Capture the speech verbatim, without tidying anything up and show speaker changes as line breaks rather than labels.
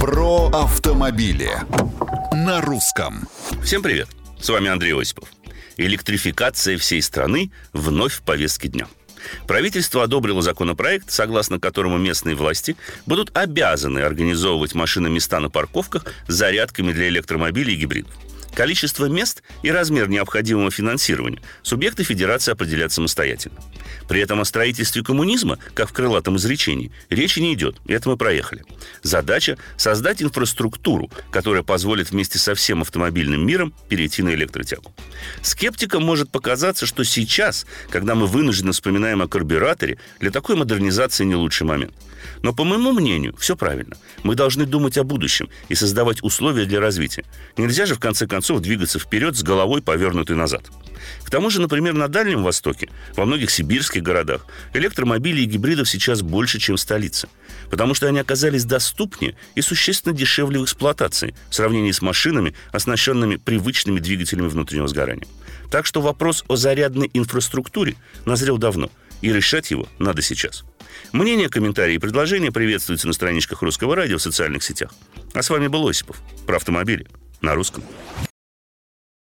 Про автомобили на русском.
Всем привет, с вами Андрей Осипов. Электрификация всей страны вновь в повестке дня. Правительство одобрило законопроект, согласно которому местные власти будут обязаны организовывать машиноместа на парковках с зарядками для электромобилей и гибридов. Количество мест и размер необходимого финансирования субъекты федерации определят самостоятельно. При этом о строительстве коммунизма, как в крылатом изречении, речи не идет, и это мы проехали. Задача – создать инфраструктуру, которая позволит вместе со всем автомобильным миром перейти на электротягу. Скептикам может показаться, что сейчас, когда мы вынужденно вспоминаем о карбюраторе, для такой модернизации не лучший момент. Но, по моему мнению, все правильно. Мы должны думать о будущем и создавать условия для развития. Нельзя же, в конце концов, двигаться вперед с головой, повернутой назад. К тому же, например, на Дальнем Востоке, во многих сибирских городах, электромобилей и гибридов сейчас больше, чем в столице. Потому что они оказались доступнее и существенно дешевле в эксплуатации в сравнении с машинами, оснащенными привычными двигателями внутреннего сгорания. Так что вопрос о зарядной инфраструктуре назрел давно, и решать его надо сейчас. Мнения, комментарии и предложения приветствуются на страничках Русского радио в социальных сетях. А с вами был Осипов. Про автомобили на русском.